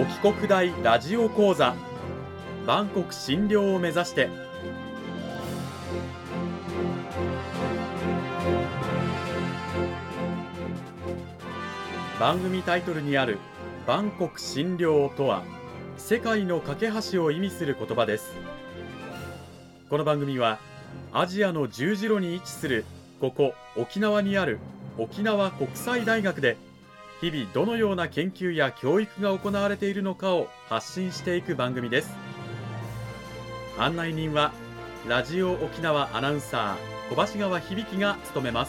帰国大ラジオ講座万国診療を目指して。番組タイトルにある万国診療とは世界の架け橋を意味する言葉です。この番組はアジアの十字路に位置するここ沖縄にある沖縄国際大学で日々どのような研究や教育が行われているのかを発信していく番組です。案内人はラジオ沖縄アナウンサー小橋川響が務めます。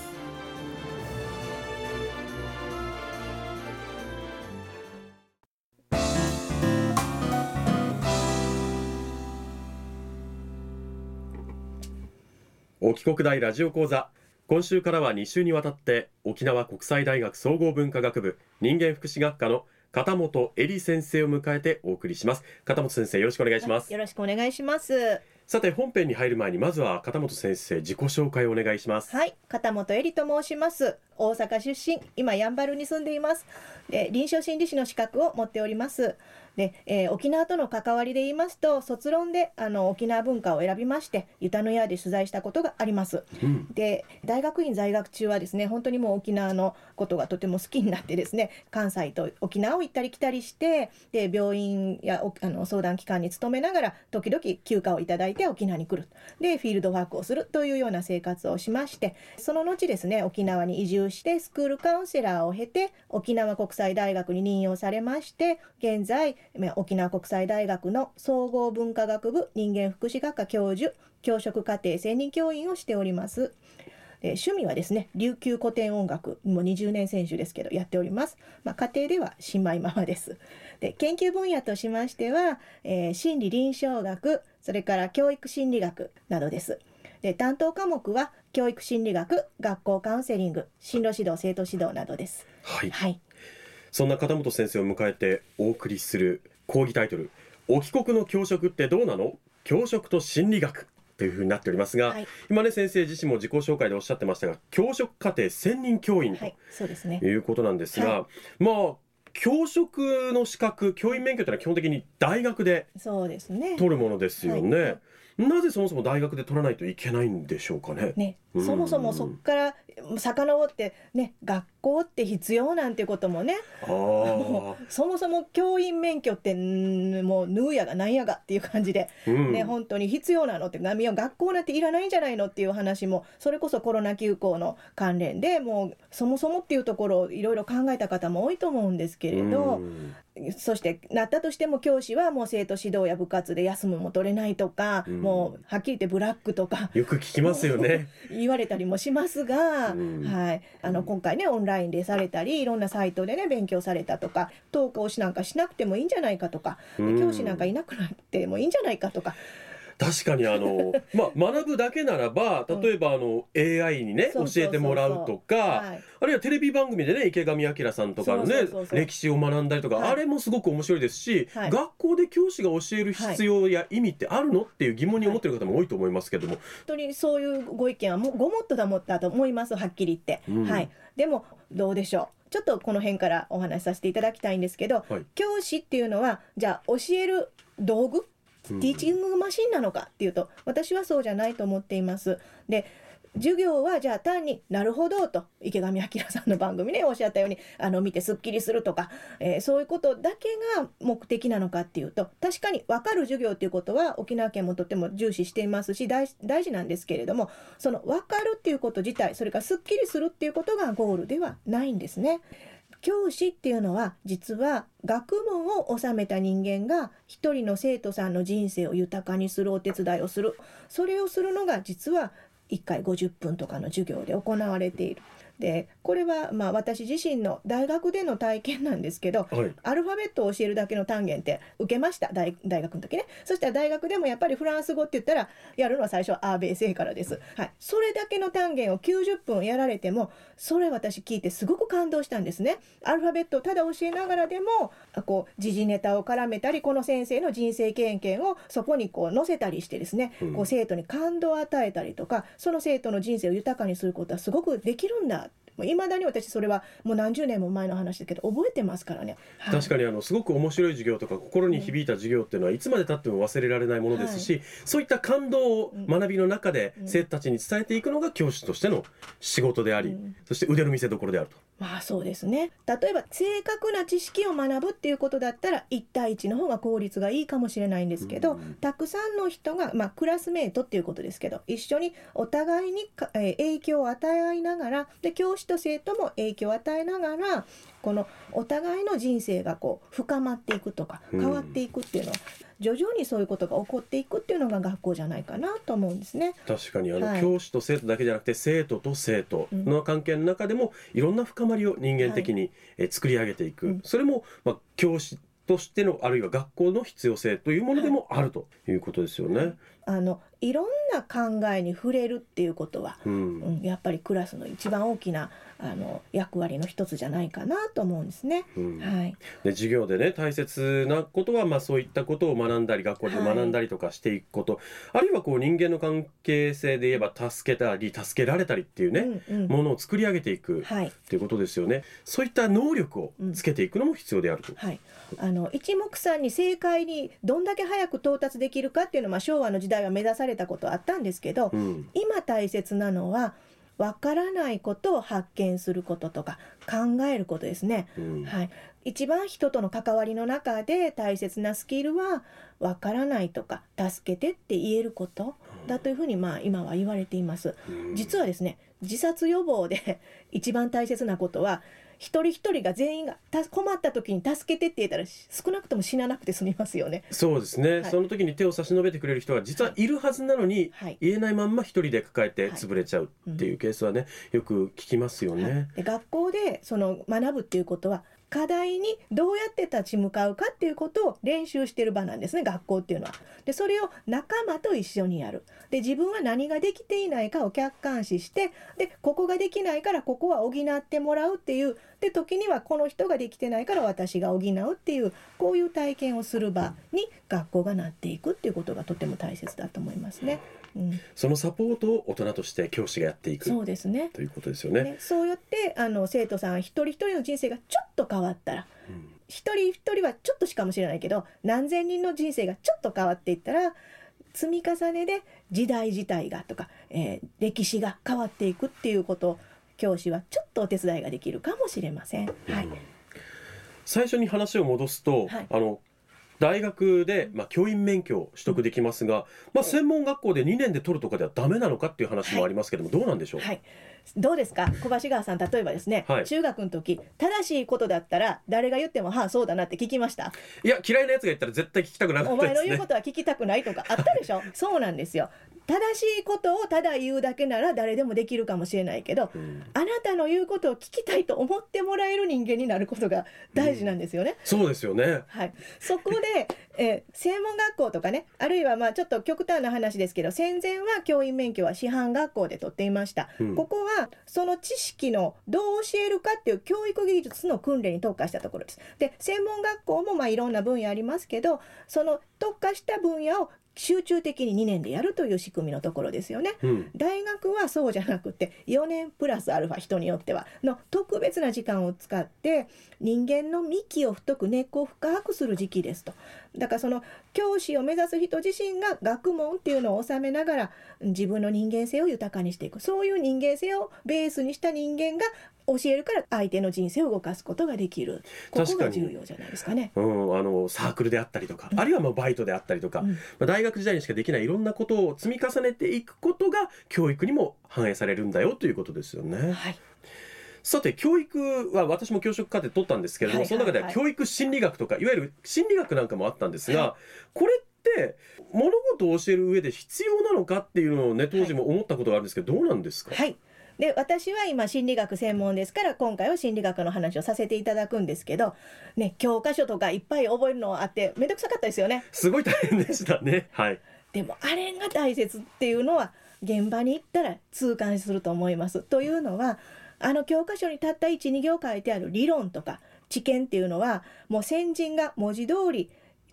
沖国大ラジオ講座、今週からは2週にわたって沖縄国際大学総合文化学部人間福祉学科の片本恵里先生を迎えてお送りします。片本先生、よろしくお願いします。 よろしくお願いします。 さて、本編に入る前にまずは片本先生、自己紹介をお願いします。 はい、片本恵里と申します。大阪出身、今やんばるに住んでいます。で、臨床心理士の資格を持っております。で、沖縄との関わりで言いますと、卒論で沖縄文化を選びましてユタの屋で取材したことがあります。で、大学院在学中はですね、本当にもう沖縄のことがとても好きになってですね、関西と沖縄を行ったり来たりして、で病院や相談機関に勤めながら時々休暇をいただいて沖縄に来る、でフィールドワークをするというような生活をしまして、その後ですね、沖縄に移住してスクールカウンセラーを経て沖縄国際大学に任用されまして、現在沖縄国際大学の総合文化学部人間福祉学科教授、教職課程専任教員をしております。趣味はですね、琉球古典音楽もう20年選手ですけどやっております。家庭では新米ママです。で、研究分野としましては、心理臨床学、それから教育心理学などです。で、担当科目は教育心理学、学校カウンセリング、進路指導、生徒指導などです。 はい、はい、そんな片本先生を迎えてお送りする講義タイトル、沖国の教職ってどうなの？教職と心理学というふうになっておりますが、はい、今ね、先生自身も自己紹介でおっしゃってましたが、教職課程専任教員と、 そうですね、 いうことなんですが、教職の資格、教員免許というのは基本的に大学で取るものですよね。なぜそもそも大学で取らないといけないんでしょうかね。 そもそもそこから遡ってね、学校って必要なんてこともね、そもそも教員免許ってもうヌーやがなんやがっていう感じで、本当に必要なのって、学校なんていらないんじゃないのっていう話も、それこそコロナ休校の関連でもうそもそもっていうところをいろいろ考えた方も多いと思うんですけれど、そしてなったとしても教師はもう生徒指導や部活で休むも取れないとか、もうはっきり言ってブラックとかよく聞きますよね言われたりもしますが、今回ね、オンラインでされたりいろんなサイトでね勉強されたとか、登校しなんかしなくてもいいんじゃないかとか、教師なんかいなくなってもいいんじゃないかとか、 確かに学ぶだけならば、例えばAI にね教えてもらうとか、あるいはテレビ番組でね池上彰さんとかのね歴史を学んだりとか、あれもすごく面白いですし、学校で教師が教える必要や意味ってあるのっていう疑問に思っている方も多いと思いますけども、 本当にそういうご意見はごもっとだもったと思います、はっきり言って。でもどうでしょう、ちょっとこの辺からお話しさせていただきたいんですけど、教師っていうのはじゃあ教える道具、ティーチングマシンなのかっていうと、私はそうじゃないと思っています。で、授業はじゃあ単になるほどと池上彰さんの番組ねおっしゃったように見てすっきりするとか、そういうことだけが目的なのかっていうと、確かに分かる授業っていうことは沖縄県もとても重視していますし大事なんですけれども、その分かるっていうこと自体、それからすっきりするっていうことがゴールではないんですね。教師っていうのは実は学問を修めた人間が一人の生徒さんの人生を豊かにするお手伝いをする、それをするのが実は1回50分とかの授業で行われている。で、これは私自身の大学での体験なんですけど、アルファベットを教えるだけの単元って受けました、大学の時ね。そしたら大学でもやっぱりフランス語って言ったらやるのは最初はアーベーセーからです。それだけの単元を90分やられても、それ私聞いてすごく感動したんですね。アルファベットをただ教えながらでも時事ネタを絡めたり、この先生の人生経験をそこに載せたりしてですね、生徒に感動を与えたりとか、その生徒の人生を豊かにすることはすごくできるんだいまだに私それはもう何十年も前の話だけど覚えてますからね、 はい、確かにすごく面白い授業とか心に響いた授業っていうのはいつまで経っても忘れられないものですし、そういった感動を学びの中で生徒たちに伝えていくのが教師としての仕事であり、そして腕の見せ所であると。 まあそうですね。例えば正確な知識を学ぶっていうことだったら1対1の方が効率がいいかもしれないんですけど、たくさんの人が、クラスメートっていうことですけど、一緒にお互いに影響を与え合いながら、で教師と生徒も影響を与えながら、このお互いの人生がこう深まっていくとか変わっていくっていうのは、徐々にそういうことが起こっていくっていうのが学校じゃないかなと思うんですね。 確かに教師と生徒だけじゃなくて生徒と生徒の関係の中でもいろんな深まりを人間的に作り上げていく、それも教師としてのあるいは学校の必要性というものでもあるということですよね。 いろんな考えに触れるっていうことは、やっぱりクラスの一番大きな役割の一つじゃないかなと思うんですね。はい、 で授業でね大切なことは、そういったことを学んだり学校で学んだりとかしていくこと、あるいはこう人間の関係性で言えば助けたり助けられたりっていうね、ものを作り上げていくっていうことですよね。そういった能力をつけていくのも必要であると。 一目散に正解にどんだけ早く到達できるかっていうのは、昭和の時代は目指されたことはあったんですけど、今大切なのはわからないことを発見することとか考えることですね。一番人との関わりの中で大切なスキルはわからないとか助けてって言えることだというふうに今は言われています。実はですね、自殺予防で一番大切なことは一人一人が全員が困った時に助けてって言ったら少なくとも死ななくて済みますよね。 そうですね、その時に手を差し伸べてくれる人が実はいるはずなのに、言えないまんま一人で抱えて潰れちゃうっていうケースはね、よく聞きますよね。 で学校で学ぶっていうことは課題にどうやって立ち向かうかっていうことを練習している場なんですね、学校っていうのは。でそれを仲間と一緒にやる。で自分は何ができていないかを客観視して、でここができないからここは補ってもらうっていう、で時にはこの人ができてないから私が補うっていう、こういう体験をする場に学校がなっていくっていうことがとても大切だと思いますね。 そのサポートを大人として教師がやっていく、 そうですね、 ということですよね。 そうやって生徒さん一人一人の人生がちょっと変わったら、一人一人はちょっとしかもしれないけど何千人の人生がちょっと変わっていったら、積み重ねで時代自体がとか、歴史が変わっていくっていうことを教師はちょっとお手伝いができるかもしれません。 最初に話を戻すと、大学で、教員免許を取得できますが、専門学校で2年で取るとかではダメなのかっていう話もありますけども、どうなんでしょう。 どうですか小橋川さん、例えばですね、中学の時正しいことだったら誰が言ってもそうだなって聞きました？ いや、嫌いなやつが言ったら絶対聞きたくなかったですね。 お前の言うことは聞きたくないとかあったでしょそうなんですよ。正しいことをただ言うだけなら誰でもできるかもしれないけど、あなたの言うことを聞きたいと思ってもらえる人間になることが大事なんですよね。 そうですよね。 そこで、専門学校とかね、あるいはちょっと極端な話ですけど、戦前は教員免許は師範学校で取っていました。ここはその知識のどう教えるかっていう教育技術の訓練に特化したところです。で専門学校もいろんな分野ありますけど、その特化した分野を集中的に2年でやるという仕組みのところですよね。大学はそうじゃなくて4年プラスアルファ、人によってはの特別な時間を使って人間の幹を太く根っこを深くする時期ですと。だからその教師を目指す人自身が学問っていうのを収めながら自分の人間性を豊かにしていく、そういう人間性をベースにした人間が教えるから相手の人生を動かすことができる。ここが重要じゃないですかね。 サークルであったりとか、あるいはバイトであったりとか、大学時代にしかできないいろんなことを積み重ねていくことが教育にも反映されるんだよということですよね。さて教育は私も教職課程取ったんですけれども、その中では教育心理学とかいわゆる心理学なんかもあったんですが、これって物事を教える上で必要なのかっていうのをね、当時も思ったことがあるんですけど、どうなんですか？ で私は今心理学専門ですから、今回は心理学の話をさせていただくんですけど、教科書とかいっぱい覚えるのあってめんどくさかったですよね。 すごい大変でしたね。 でもあれが大切っていうのは現場に行ったら痛感すると思います。というのは教科書にたった 1,2 行書いてある理論とか知見っていうのはもう先人が文字通り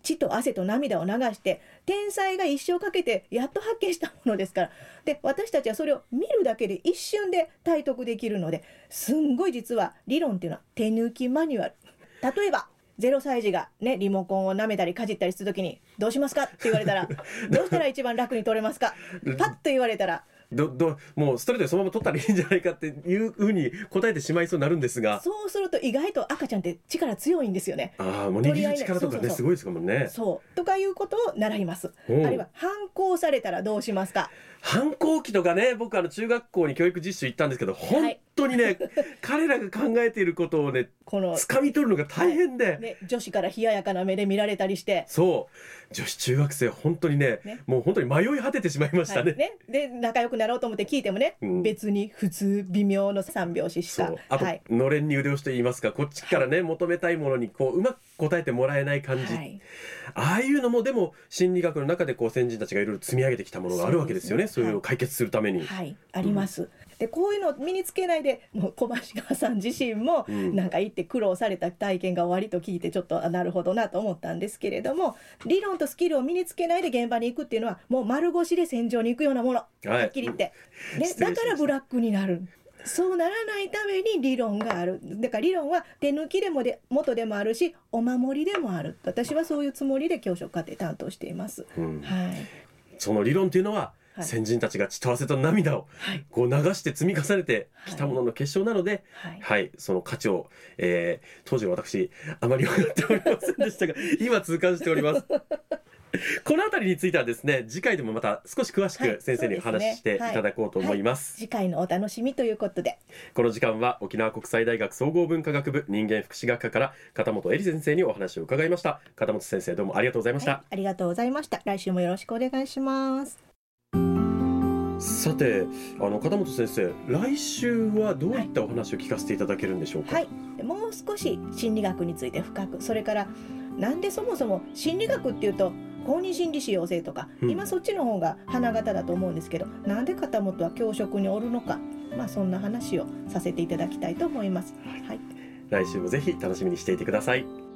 血と汗と涙を流して天才が一生かけてやっと発見したものですから。で私たちはそれを見るだけで一瞬で体得できるので、すんごい実は理論っていうのは手抜きマニュアル。例えば0歳児がねリモコンを舐めたりかじったりするときにどうしますかって言われたらどうしたら一番楽に取れますかパッと言われたらもうストレートでそのまま取ったらいいんじゃないかっていうふうに答えてしまいそうになるんですが、 そうすると意外と赤ちゃんって力強いんですよね。 もう握る力とかねすごいですもんね。 そうとかいうことを習います。あるいは反抗されたらどうしますか。 反抗期とかね、僕中学校に教育実習行ったんですけど、本当にね、彼らが考えていることをね掴み取るのが大変で、 女子から冷ややかな目で見られたりして、 そう女子中学生本当にねもう本当に迷い果ててしまいましたね。 で仲良くなろうと思って聞いてもね、別に普通微妙の3拍子しか。 あと、のれんに腕押しと言いますか、こっちからね求めたいものにうまく答えてもらえない感じ、ああいうのもでも心理学の中で先人たちがいろいろ積み上げてきたものがあるわけですよね。そういうのを解決するために、 あります。でこういうのを身につけないで、もう小橋川さん自身もなんか行って苦労された体験が終わりと聞いてちょっとなるほどなと思ったんですけれども、理論とスキルを身につけないで現場に行くっていうのはもう丸腰で戦場に行くようなもの、はっきり言って、だからブラックになる。そうならないために理論がある。だから理論は手抜きでも元でもあるしお守りでもある。私はそういうつもりで教職課程担当しています。 その理論というのは先人たちが血と汗と涙を流して積み重ねてきたものの結晶なので、その価値を、当時は私あまり分かっておりませんでしたが今痛感しております。このあたりについてはですね、次回でもまた少し詳しく先生にお話ししていただこうと思います。 次回のお楽しみということで、 この時間は沖縄国際大学総合文化学部人間福祉学科から片本恵里先生にお話を伺いました。片本先生、どうもありがとうございました。 ありがとうございました。来週もよろしくお願いします。 さて片本先生、来週はどういったお話を聞かせていただけるんでしょうか。 もう少し心理学について深く、それからなんでそもそも心理学っていうと公認心理師養成とか、今そっちの方が花形だと思うんですけど、なんで片本は教職におるのか、そんな話をさせていただきたいと思います。 来週もぜひ楽しみにしていてください。